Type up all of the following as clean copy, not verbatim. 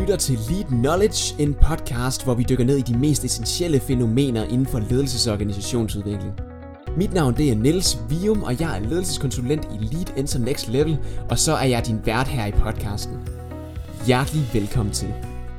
lytter til Lead Knowledge, en podcast, hvor vi dykker ned i de mest essentielle fænomener inden for ledelses- og organisationsudvikling. Mit navn det er Niels Vium, og jeg er ledelseskonsulent i Lead Enter Next Level, og så er jeg din vært her i podcasten. Hjertelig velkommen til.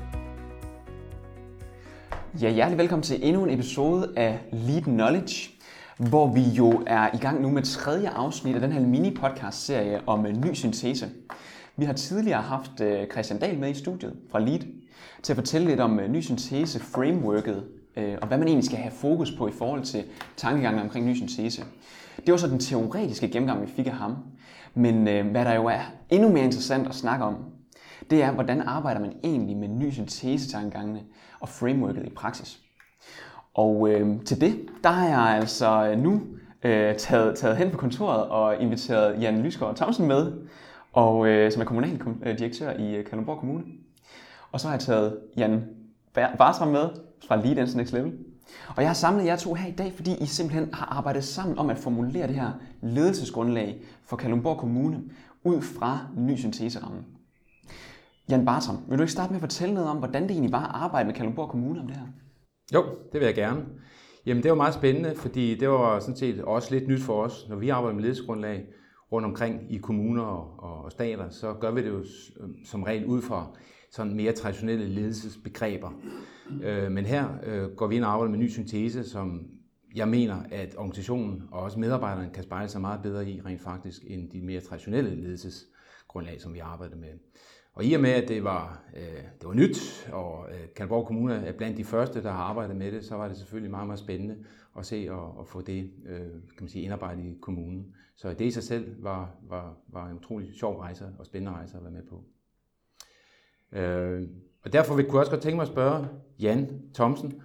Ja, hjertelig velkommen til endnu en episode af Lead Knowledge, hvor vi jo er i gang nu med 3. afsnit af den her mini-podcast-serie om ny syntese. Vi har tidligere haft Christian Dahl med i studiet fra Lead til at fortælle lidt om ny syntese-frameworket, og hvad man egentlig skal have fokus på i forhold til tankegangen omkring ny syntese. Det var så den teoretiske gennemgang, vi fik af ham. Men hvad der jo er endnu mere interessant at snakke om, det er, hvordan arbejder man egentlig med ny syntese-tankegangene og frameworket i praksis. Og til det, der har jeg altså nu taget hen på kontoret og inviteret Jan Lysgaard Thomsen med, og som er kommunaldirektør i Kalundborg Kommune. Og så har jeg taget Jan Bartram med fra Lead Enter Next Level. Og jeg har samlet jer to her i dag, fordi I simpelthen har arbejdet sammen om at formulere det her ledelsesgrundlag for Kalundborg Kommune ud fra ny synteserammen. Jan Bartram, vil du ikke starte med at fortælle noget om, hvordan det egentlig var at arbejde med Kalundborg Kommune om det her? Jo, det vil jeg gerne. Jamen det var meget spændende, fordi det var sådan set også lidt nyt for os. Når vi arbejder med ledelsesgrundlag rundt omkring i kommuner og stater, så gør vi det jo som regel ud fra sådan mere traditionelle ledelsesbegreber. Men her går vi ind og arbejder med ny syntese, som jeg mener, at organisationen og også medarbejderne kan spejle sig meget bedre i rent faktisk, end de mere traditionelle ledelsesgrundlag, som vi arbejder med. Og i og med, at det var nyt, og Kalundborg Kommune er blandt de første, der har arbejdet med det, så var det selvfølgelig meget, meget spændende at se og få det kan man sige, indarbejdet i kommunen. Så det i sig selv var en utrolig sjov rejse og spændende rejse at være med på. Og derfor kunne jeg også godt tænke mig at spørge Jan Thomsen.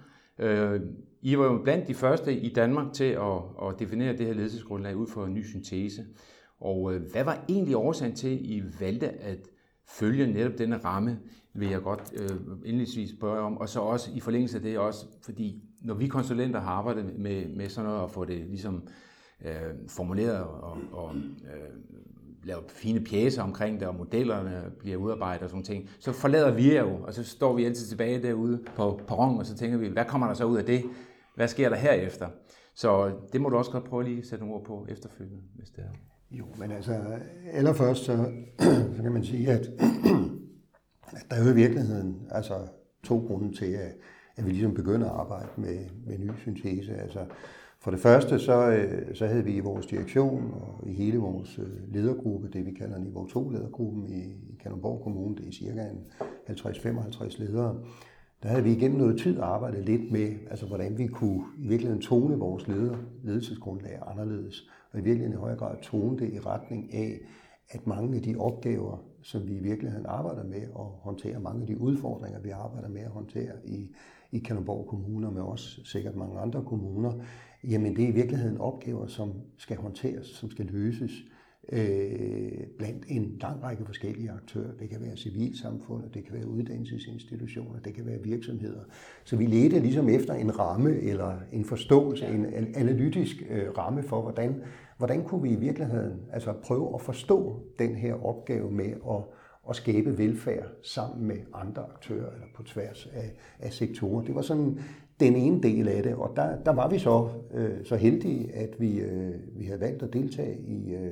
I var jo blandt de første i Danmark til at definere det her ledelsesgrundlag ud for en ny syntese. Og hvad var egentlig årsagen til, at I valgte at følge netop denne ramme, vil jeg godt indledningsvis spørge om, og så også i forlængelse af det også, fordi når vi konsulenter har arbejdet med sådan noget, og få det ligesom formuleret og lavet fine pjecer omkring det, og modellerne bliver udarbejdet og sådan ting, så forlader vi jo, og så står vi altid tilbage derude på perronen, og så tænker vi, hvad kommer der så ud af det? Hvad sker der herefter? Så det må du også godt prøve lige at sætte nogle ord på efterfølgende, hvis det er. Jo, men altså, allerførst så kan man sige, at der er jo i virkeligheden altså 2 grunde til, at vi ligesom begynder at arbejde med ny syntese. Altså, for det første, så havde vi i vores direktion og i hele vores ledergruppe, det vi kalder niveau 2-ledergruppen i Kalundborg Kommune, det er cirka 50-55 ledere, der havde vi igennem noget tid arbejdet lidt med, altså hvordan vi kunne i virkeligheden tone vores ledelsesgrundlag anderledes, og i virkeligheden i højere grad tone det i retning af, at mange af de opgaver, som vi i virkeligheden arbejder med at håndtere, mange af de udfordringer, vi arbejder med at håndtere i Kalundborg Kommune, og med også sikkert mange andre kommuner, jamen det er i virkeligheden opgaver, som skal håndteres, som skal løses blandt en lang række forskellige aktører. Det kan være civilsamfundet, det kan være uddannelsesinstitutioner, det kan være virksomheder. Så vi ledte ligesom efter en ramme eller en forståelse, en analytisk ramme for, hvordan kunne vi i virkeligheden altså prøve at forstå den her opgave med at skabe velfærd sammen med andre aktører eller på tværs af sektorer. Det var sådan den ene del af det, og der var vi så heldige, at vi havde valgt at deltage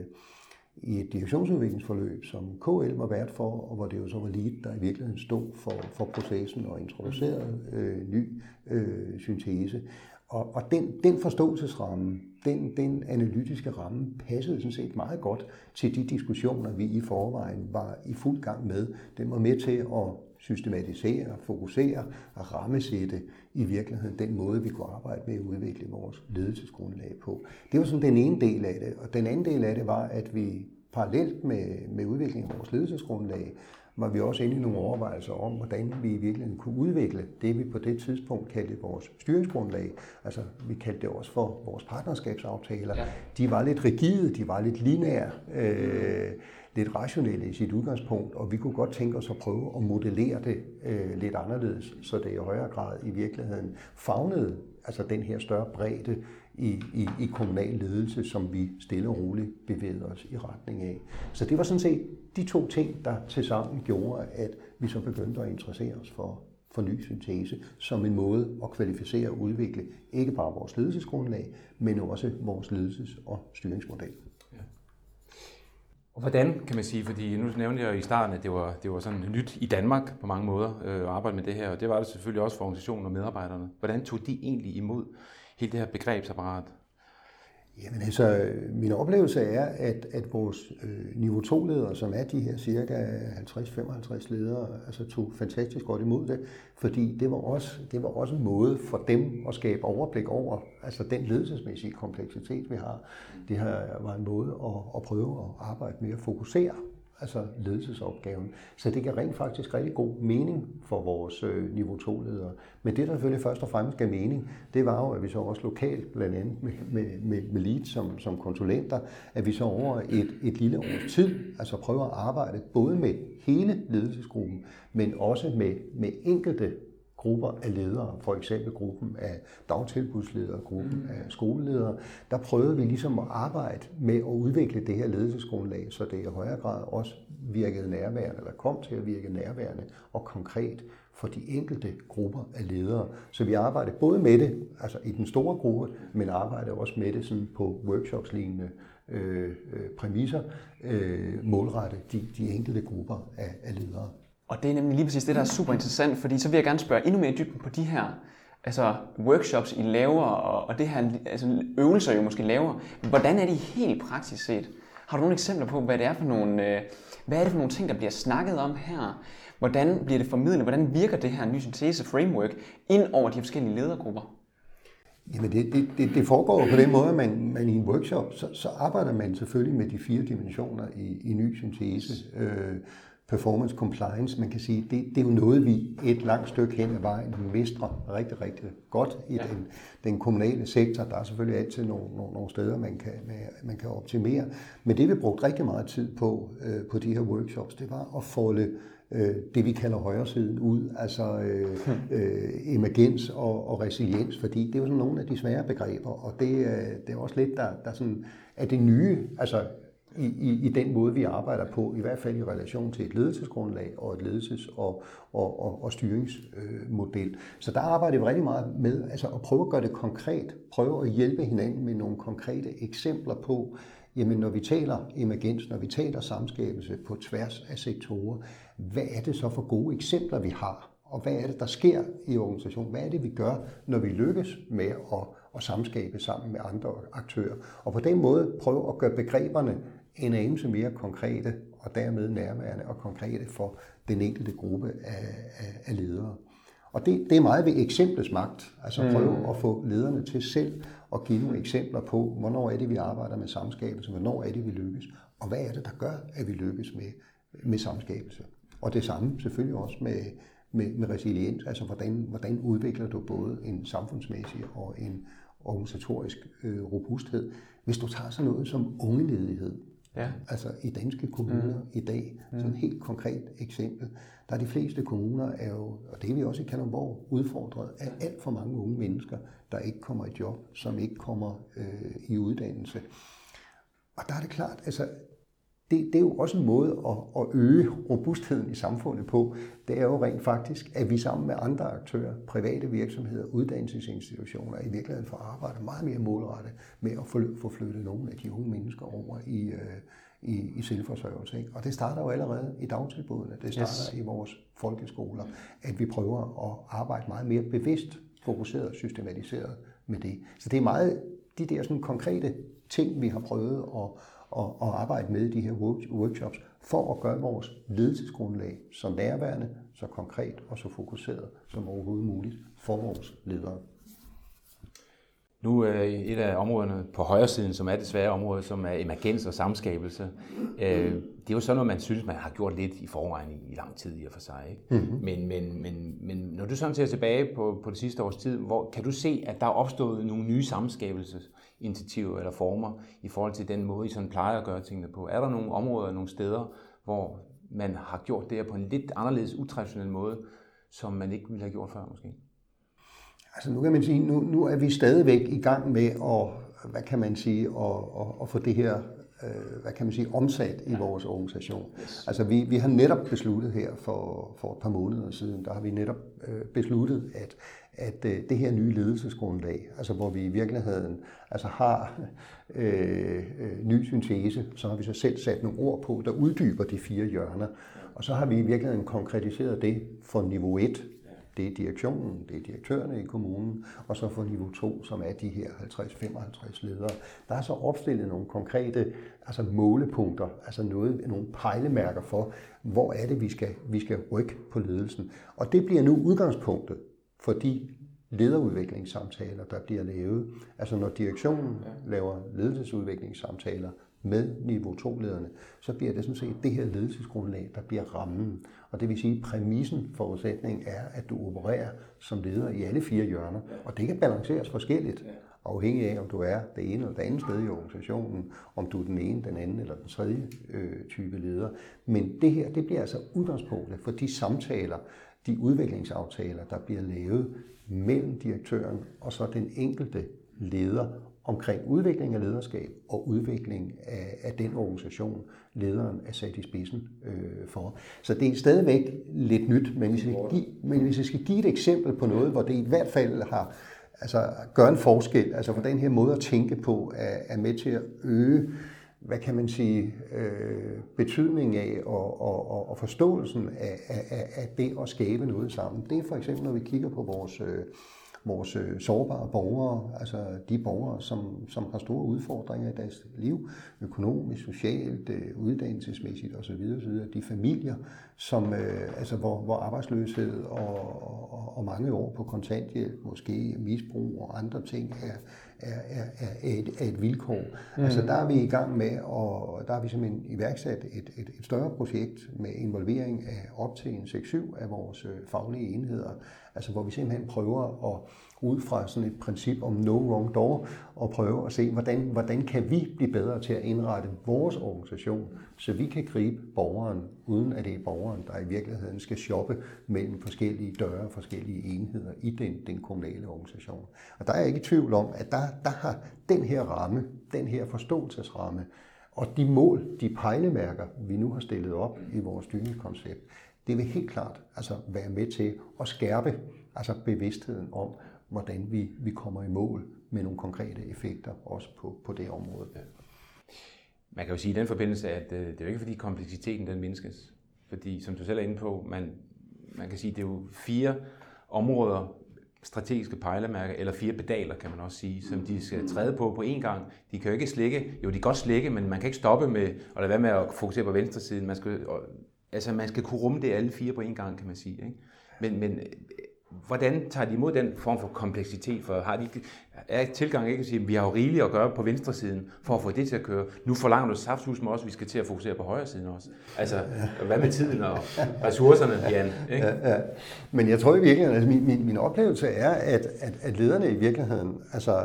i et direktionsudviklingsforløb, som KL var vært for, og hvor det jo så var Lead, der i virkeligheden stod for processen og introducerede ny syntese. Og den forståelsesramme, den analytiske ramme, passede sådan set meget godt til de diskussioner, vi i forvejen var i fuld gang med. Den var med til at systematisere, fokusere og rammesætte i virkeligheden den måde, vi kunne arbejde med at udvikle vores ledelsesgrundlag på. Det var sådan den ene del af det, og den anden del af det var, at vi parallelt med udviklingen af vores ledelsesgrundlag, var vi også inde i nogle overvejelser om, hvordan vi i virkeligheden kunne udvikle det, vi på det tidspunkt kaldte vores styringsgrundlag. Altså, vi kaldte det også for vores partnerskabsaftaler. Ja. De var lidt rigide, de var lidt lineære, lidt rationelle i sit udgangspunkt, og vi kunne godt tænke os at prøve at modellere det lidt anderledes, så det i højere grad i virkeligheden favnede altså den her større bredde i kommunal ledelse, som vi stille og roligt bevægede os i retning af. Så det var sådan set de 2 ting, der tilsammen gjorde, at vi så begyndte at interessere os for ny syntese som en måde at kvalificere og udvikle ikke bare vores ledelsesgrundlag, men også vores ledelses- og styringsmodel. Ja. Og hvordan, kan man sige, fordi nu nævnte jeg i starten, at det var sådan nyt i Danmark på mange måder at arbejde med det her, og det var det selvfølgelig også for organisationen og medarbejderne. Hvordan tog de egentlig imod hele det her begrebsapparat? Jamen altså, min oplevelse er, at vores niveau 2-ledere, som er de her cirka 50-55 ledere, altså tog fantastisk godt imod det, fordi det var også en måde for dem at skabe overblik over altså den ledelsesmæssige kompleksitet, vi har. Det her var en måde at prøve at arbejde med at fokusere altså ledelsesopgaven. Så det gav rent faktisk rigtig god mening for vores niveau 2-ledere. Men det, der selvfølgelig først og fremmest gav mening, det var jo, at vi så også lokalt, blandt andet med Lead som konsulenter, at vi så over et lille års tid, altså prøver at arbejde både med hele ledelsesgruppen, men også med enkelte grupper af ledere, for eksempel gruppen af dagtilbudsledere, gruppen af skoleledere, der prøvede vi ligesom at arbejde med at udvikle det her ledelsesgrundlag, så det i højere grad også virkede nærværende, eller kom til at virke nærværende og konkret for de enkelte grupper af ledere. Så vi arbejder både med det, altså i den store gruppe, men arbejder også med det sådan på workshops-lignende præmisser, målrette de enkelte grupper af ledere. Og det er nemlig lige præcis det, der er super interessant, fordi så vil jeg gerne spørge endnu mere i dybden på de her altså workshops, I laver, og det her altså øvelser, I måske laver. Hvordan er de helt praktisk set? Har du nogle eksempler på, hvad det er for nogle ting, der bliver snakket om her? Hvordan bliver det formidlet? Hvordan virker det her ny syntese-framework ind over de forskellige ledergrupper? Jamen det foregår på den måde, at man i en workshop, så arbejder man selvfølgelig med de 4 dimensioner i ny syntese. Performance compliance, man kan sige, det er jo noget, vi et langt stykke hen ad vejen mestrer rigtig, rigtig godt i den kommunale sektor. Der er selvfølgelig altid nogle steder, man kan optimere. Men det, vi brugte rigtig meget tid på de her workshops, det var at folde det, vi kalder højresiden ud, altså emergens og resiliens, fordi det er jo sådan nogle af de svære begreber, og det er også lidt, der sådan, er det nye, altså i den måde, vi arbejder på, i hvert fald i relation til et ledelsesgrundlag og et ledelses- og styringsmodel. Så der arbejder vi rigtig meget med altså at prøve at gøre det konkret, prøve at hjælpe hinanden med nogle konkrete eksempler på, jamen når vi taler emergens, når vi taler samskabelse på tværs af sektorer, hvad er det så for gode eksempler, vi har? Og hvad er det, der sker i organisationen? Hvad er det, vi gør, når vi lykkes med at samskabe sammen med andre aktører? Og på den måde prøve at gøre begreberne en anelse mere konkrete, og dermed nærværende og konkrete for den enkelte gruppe af ledere. Og det er meget ved eksemplets magt, altså prøve at få lederne til selv at give nogle eksempler på, hvornår er det, vi arbejder med samskabelse, hvornår er det, vi lykkes, og hvad er det, der gør, at vi lykkes med samskabelse. Og det samme selvfølgelig også med resiliens, altså hvordan udvikler du både en samfundsmæssig og en organisatorisk robusthed. Hvis du tager sådan noget som ungeledighed, altså i danske kommuner i dag, sådan et helt konkret eksempel, der er de fleste kommuner er jo, og det er vi også i Kalundborg, udfordret af alt for mange unge mennesker, der ikke kommer i job, som ikke kommer i uddannelse. Og der er det klart, altså det er jo også en måde at øge robustheden i samfundet på. Det er jo rent faktisk, at vi sammen med andre aktører, private virksomheder, uddannelsesinstitutioner, i virkeligheden får arbejdet meget mere målrettet med at få flyttet nogle af de unge mennesker over i selvforsørgelse. Ikke? Og det starter jo allerede i dagtilbudene, det starter i vores folkeskoler, at vi prøver at arbejde meget mere bevidst, fokuseret og systematiseret med det. Så det er meget de der sådan konkrete ting, vi har prøvet at arbejde med i de her workshops, for at gøre vores ledelsesgrundlag så nærværende, så konkret og så fokuseret som overhovedet muligt for vores ledere. Nu er et af områderne på højre siden, som er det svære område, som er emergens og samskabelse. Det er jo sådan noget, man synes, man har gjort lidt i forvejen i lang tid i og for sig. Ikke? Mm-hmm. Men når du sådan ser tilbage på det sidste års tid, kan du se, at der er opstået nogle nye samskabelsesinitiativer eller former i forhold til den måde, I sådan plejer at gøre tingene på? Er der nogle områder, nogle steder, hvor man har gjort det her på en lidt anderledes utraditionel måde, som man ikke ville have gjort før måske? Altså nu kan man sige, nu er vi stadigvæk i gang med at få det her omsat i vores organisation. Altså vi har netop besluttet her for et par måneder siden, der har vi netop besluttet, at det her nye ledelsesgrundlag, altså hvor vi i virkeligheden har ny syntese, så har vi så selv sat nogle ord på, der uddyber de 4 hjørner. Og så har vi i virkeligheden konkretiseret det for niveau 1. Det er direktionen, det er direktørerne i kommunen, og så for niveau 2, som er de her 50-55 ledere. Der er så opstillet nogle konkrete målepunkter, nogle pejlemærker for, hvor er det, vi skal rykke på ledelsen. Og det bliver nu udgangspunktet for de lederudviklingssamtaler, der bliver lavet. Altså når direktionen laver ledelsesudviklingssamtaler med niveau 2-lederne, så bliver det sådan set det her ledelsesgrundlag, der bliver rammen. Og det vil sige, at præmissen, forudsætningen er, at du opererer som leder i alle 4 hjørner. Og det kan balanceres forskelligt, afhængig af, om du er det ene eller det andet sted i organisationen, om du er den ene, den anden eller den tredje type leder. Men det her, det bliver altså udgangspunktet for de samtaler, de udviklingsaftaler, der bliver lavet mellem direktøren og så den enkelte leder omkring udvikling af lederskab og udvikling af den organisation, lederen er sat i spidsen for. Så det er stadigvæk lidt nyt, men hvis jeg skal give et eksempel på noget, hvor det i hvert fald gør en forskel, altså for den her måde at tænke på er med til at øge, betydningen af og forståelsen af det at skabe noget sammen. Det er for eksempel, når vi kigger på vores sårbare borgere, altså de borgere, som har store udfordringer i deres liv, økonomisk, socialt, uddannelsesmæssigt osv. De familier, som, hvor arbejdsløshed og mange år på kontanthjælp, måske misbrug og andre ting er et vilkår. Altså der er vi i gang med, og der har vi simpelthen iværksat et større projekt med involvering af op til 6-7 af vores faglige enheder, altså hvor vi simpelthen prøver at ud fra sådan et princip om no wrong door, og prøve at se, hvordan kan vi blive bedre til at indrette vores organisation, så vi kan gribe borgeren, uden at det er borgeren, der i virkeligheden skal shoppe mellem forskellige døre, forskellige enheder i den kommunale organisation. Og der er jeg ikke i tvivl om, at der har den her ramme, den her forståelsesramme, og de mål, de pejlemærker, vi nu har stillet op i vores styringskoncept, det vil helt klart være med til at skærpe bevidstheden om, hvordan vi kommer i mål med nogle konkrete effekter også på det område. Man kan jo sige i den forbindelse, at det er jo ikke fordi kompleksiteten den mindskes. Fordi som du selv er inde på, man kan sige, det er jo 4 områder, strategiske pejlemærker, eller 4 pedaler, kan man også sige, som de skal træde på én gang. De kan jo ikke slikke, jo de kan godt slikke, men man kan ikke stoppe med at lade være med at fokusere på venstre side. Man skal kunne rumme det alle 4 på én gang, kan man sige. Ikke? Men hvordan tager de imod den form for kompleksitet? For er tilgang ikke at sige, at vi har jo rigeligt at gøre på venstre siden for at få det til at køre. Nu forlanger du saftsus med os, vi skal til at fokusere på højre siden også. Altså, hvad med tiden og ressourcerne, Jan? Ikke? Ja. Men jeg tror i virkeligheden, min oplevelse er, at lederne i virkeligheden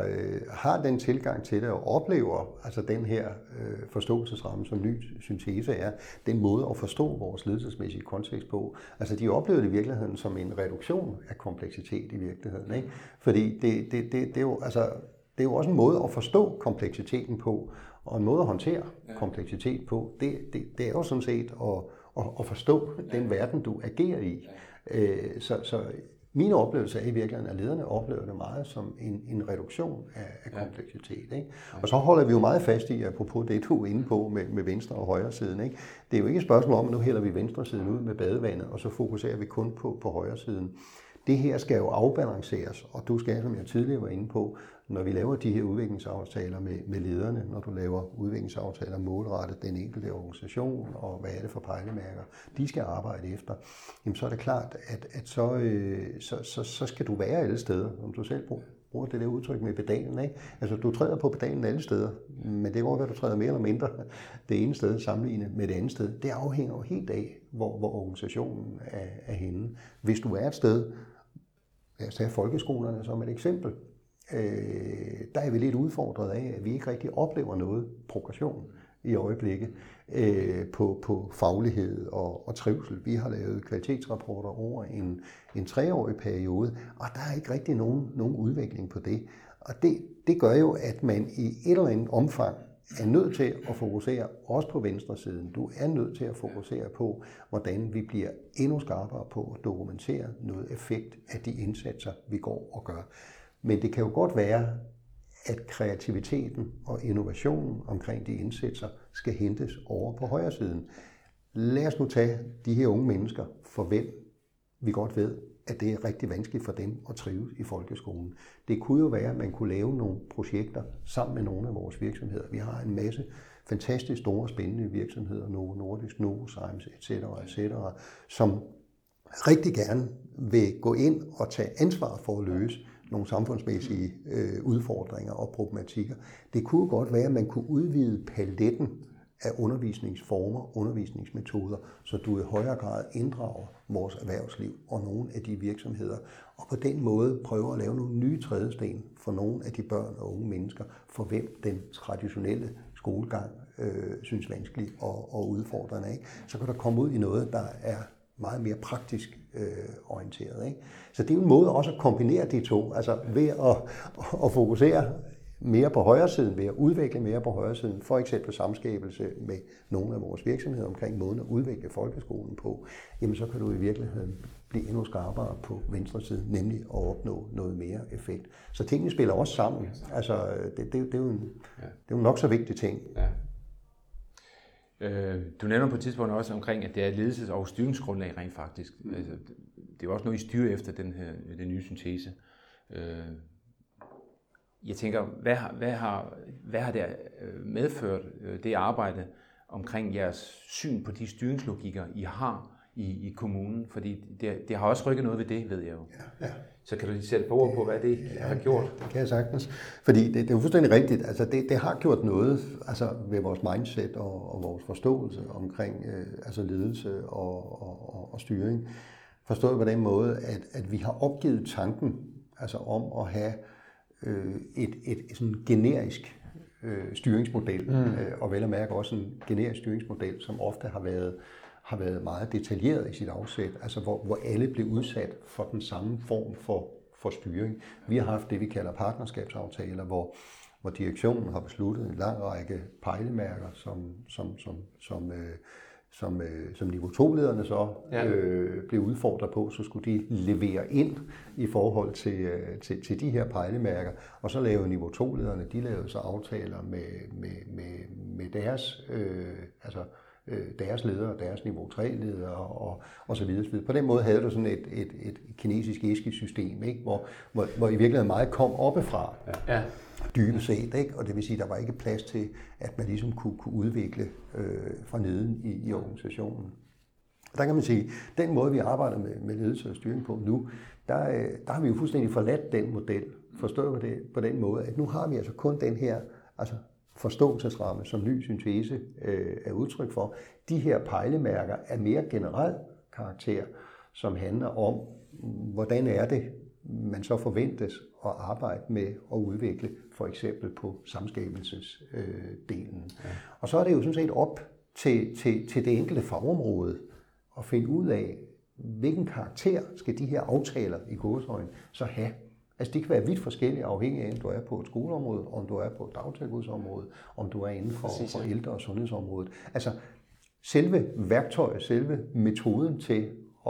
har den tilgang til det og oplever den her forståelsesramme, som ny syntese er, den måde at forstå vores ledelsesmæssige kontekst på. Altså, de oplever det i virkeligheden som en reduktion af kompleksitet i virkeligheden, ikke? Fordi det er jo også en måde at forstå kompleksiteten på, og en måde at håndtere kompleksitet på. Det er jo sådan set at forstå den verden, du agerer i. Så min oplevelse er i virkeligheden, at lederne oplever det meget som en reduktion af kompleksitet. Ikke? Og så holder vi jo meget fast i, apropos det, du er inde på med venstre og højre siden. Ikke? Det er jo ikke et spørgsmål om, at nu hælder vi venstre siden ud med badevandet, og så fokuserer vi kun på højre siden. Det her skal jo afbalanceres, og du skal, som jeg tidligere var inde på, når vi laver de her udviklingsaftaler med lederne, når du laver udviklingsaftaler målrettet den enkelte organisation, og hvad er det for pejlemærker, de skal arbejde efter, jamen så er det klart, at så skal du være alle steder, som du selv bruger det der udtryk med pedalen. Ikke? Altså du træder på pedalen alle steder, men det går, hvad du træder mere eller mindre det ene sted sammenlignet med det andet sted. Det afhænger jo helt af, hvor organisationen er henne. Hvis du er et sted, lad os tage folkeskolerne som et eksempel, der er vi lidt udfordret af, at vi ikke rigtig oplever noget progression i øjeblikket på faglighed og trivsel. Vi har lavet kvalitetsrapporter over en 3-årig periode, og der er ikke rigtig nogen udvikling på det. Og det gør jo, at man i et eller andet omfang er nødt til at fokusere også på venstresiden. Du er nødt til at fokusere på, hvordan vi bliver endnu skarpere på at dokumentere noget effekt af de indsatser, vi går og gør. Men det kan jo godt være, at kreativiteten og innovationen omkring de indsatser skal hentes over på højre siden. Lad os nu tage de her unge mennesker, for hvem vi godt ved, at det er rigtig vanskeligt for dem at trives i folkeskolen. Det kunne jo være, at man kunne lave nogle projekter sammen med nogle af vores virksomheder. Vi har en masse fantastisk store, spændende virksomheder, Novo Nordisk, Novozymes, etc., som rigtig gerne vil gå ind og tage ansvar for at løse nogle samfundsmæssige udfordringer og problematikker. Det kunne godt være, at man kunne udvide paletten af undervisningsformer, undervisningsmetoder, så du i højere grad inddrager vores erhvervsliv og nogle af de virksomheder, og på den måde prøver at lave nogle nye trædesten for nogle af de børn og unge mennesker, for hvem den traditionelle skolegang synes vanskelig og udfordrende. Ikke? Så kan der komme ud i noget, der er meget mere praktisk orienteret. Ikke? Så det er jo en måde også at kombinere de to, altså ved at fokusere mere på højre siden, ved at udvikle mere på højre siden, for eksempel samskabelse med nogle af vores virksomheder omkring måden at udvikle folkeskolen på, jamen så kan du i virkeligheden blive endnu skarpere på venstre side, nemlig at opnå noget mere effekt. Så tingene spiller også sammen. Altså, det er jo en nok så vigtig ting. Ja. Du nævner på et tidspunkt også omkring, at det er ledelses- og styringsgrundlag rent faktisk. Altså, det er jo også noget, I styrer efter den nye syntese. Jeg tænker, hvad har det medført, det arbejde omkring jeres syn på de styringslogikker, I har i kommunen? Fordi det har også rykket noget ved det, ved jeg jo. Ja. Så kan du lige sætte på ord på, hvad det har gjort? Det kan jeg sagtens. Fordi det er jo fuldstændig rigtigt. Altså det har gjort noget altså ved vores mindset og vores forståelse omkring altså ledelse og styring. Forstået på den måde, at vi har opgivet tanken altså om at have et sådan generisk styringsmodel, og vel at mærke også en generisk styringsmodel, som ofte har været meget detaljeret i sit afsæt, altså hvor alle blev udsat for den samme form for styring. Vi har haft det, vi kalder partnerskabsaftaler, hvor direktionen har besluttet en lang række pejlemærker, som niveau 2-lederne så blev udfordret på, så skulle de levere ind i forhold til de her pejlemærker. Og så lavede niveau 2-lederne, de lavede så aftaler med deres, deres ledere, deres niveau 3-ledere og så videre. På den måde havde du sådan et kinesisk æskesystem, ikke? Hvor i virkeligheden meget kom oppefra. Ja. Dybest set, ikke? Og det vil sige, at der var ikke plads til, at man ligesom kunne udvikle fra neden i organisationen. Og der kan man sige, at den måde, vi arbejder med ledelse og styring på nu, der har vi jo fuldstændig forladt den model, forstået det på den måde, at nu har vi altså kun den her forståelsesramme, som ny syntese er udtryk for. De her pejlemærker er mere generel karakter, som handler om, hvordan er det, man så forventes at arbejde med at udvikle, for eksempel på samskabelsesdelen. Ja. Og så er det jo sådan set op til det enkelte fagområde at finde ud af, hvilken karakter skal de her aftaler i gåseøjne så have. Altså de kan være vidt forskellige afhængig af, om du er på et skoleområde, om du er på et dagtilbudsområde, om du er inden for ældre- og sundhedsområdet. Altså selve værktøjet, selve metoden til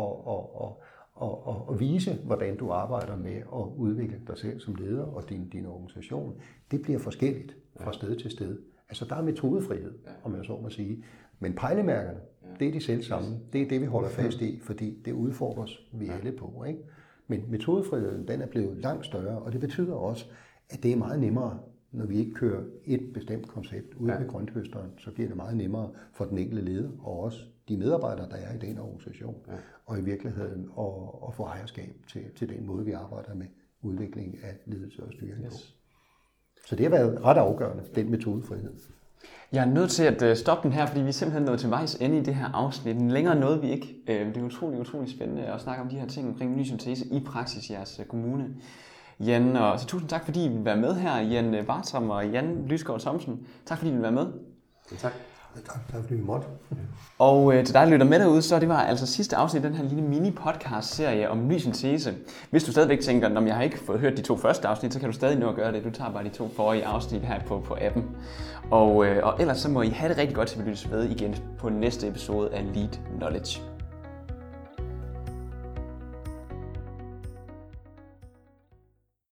at vise, hvordan du arbejder med at udvikle dig selv som leder og din organisation, det bliver forskelligt fra sted til sted. Altså der er metodefrihed, om jeg så må sige. Men pejlemærkerne, det er de selv samme. Det er det, vi holder fast i, fordi det udfordres vi alle på, ikke? Men metodefriheden, den er blevet langt større, og det betyder også, at det er meget nemmere, når vi ikke kører et bestemt koncept ude ved grønthøsteren, så bliver det meget nemmere for den enkelte leder, og også de medarbejdere, der er i den organisation, og i virkeligheden at få ejerskab til den måde, vi arbejder med udvikling af ledelse og styring på. Så det har været ret afgørende, den metodefrihed. Jeg er nødt til at stoppe den her, fordi vi er simpelthen nået til vejs ende i det her afsnit. Længere nåede vi ikke. Det er utrolig spændende at snakke om de her ting omkring ny syntese i praksis i jeres kommune. Jan, og så tusind tak, fordi I vil være med her. Jan Bartram og Jan Lysgaard Thomsen. Tak, fordi I vil være med. Tak. Tak fordi vi måtte. Og til dig, der lytter med derude, så det var altså sidste afsnit af den her lille mini-podcast-serie om ny syntese. Hvis du stadigvæk tænker, at jeg har ikke fået hørt de 2 første afsnit, så kan du stadig nå at gøre det. Du tager bare de 2 forrige afsnit her på appen. Og ellers så må I have det rigtig godt til at lytte ved igen på næste episode af Lead Knowledge.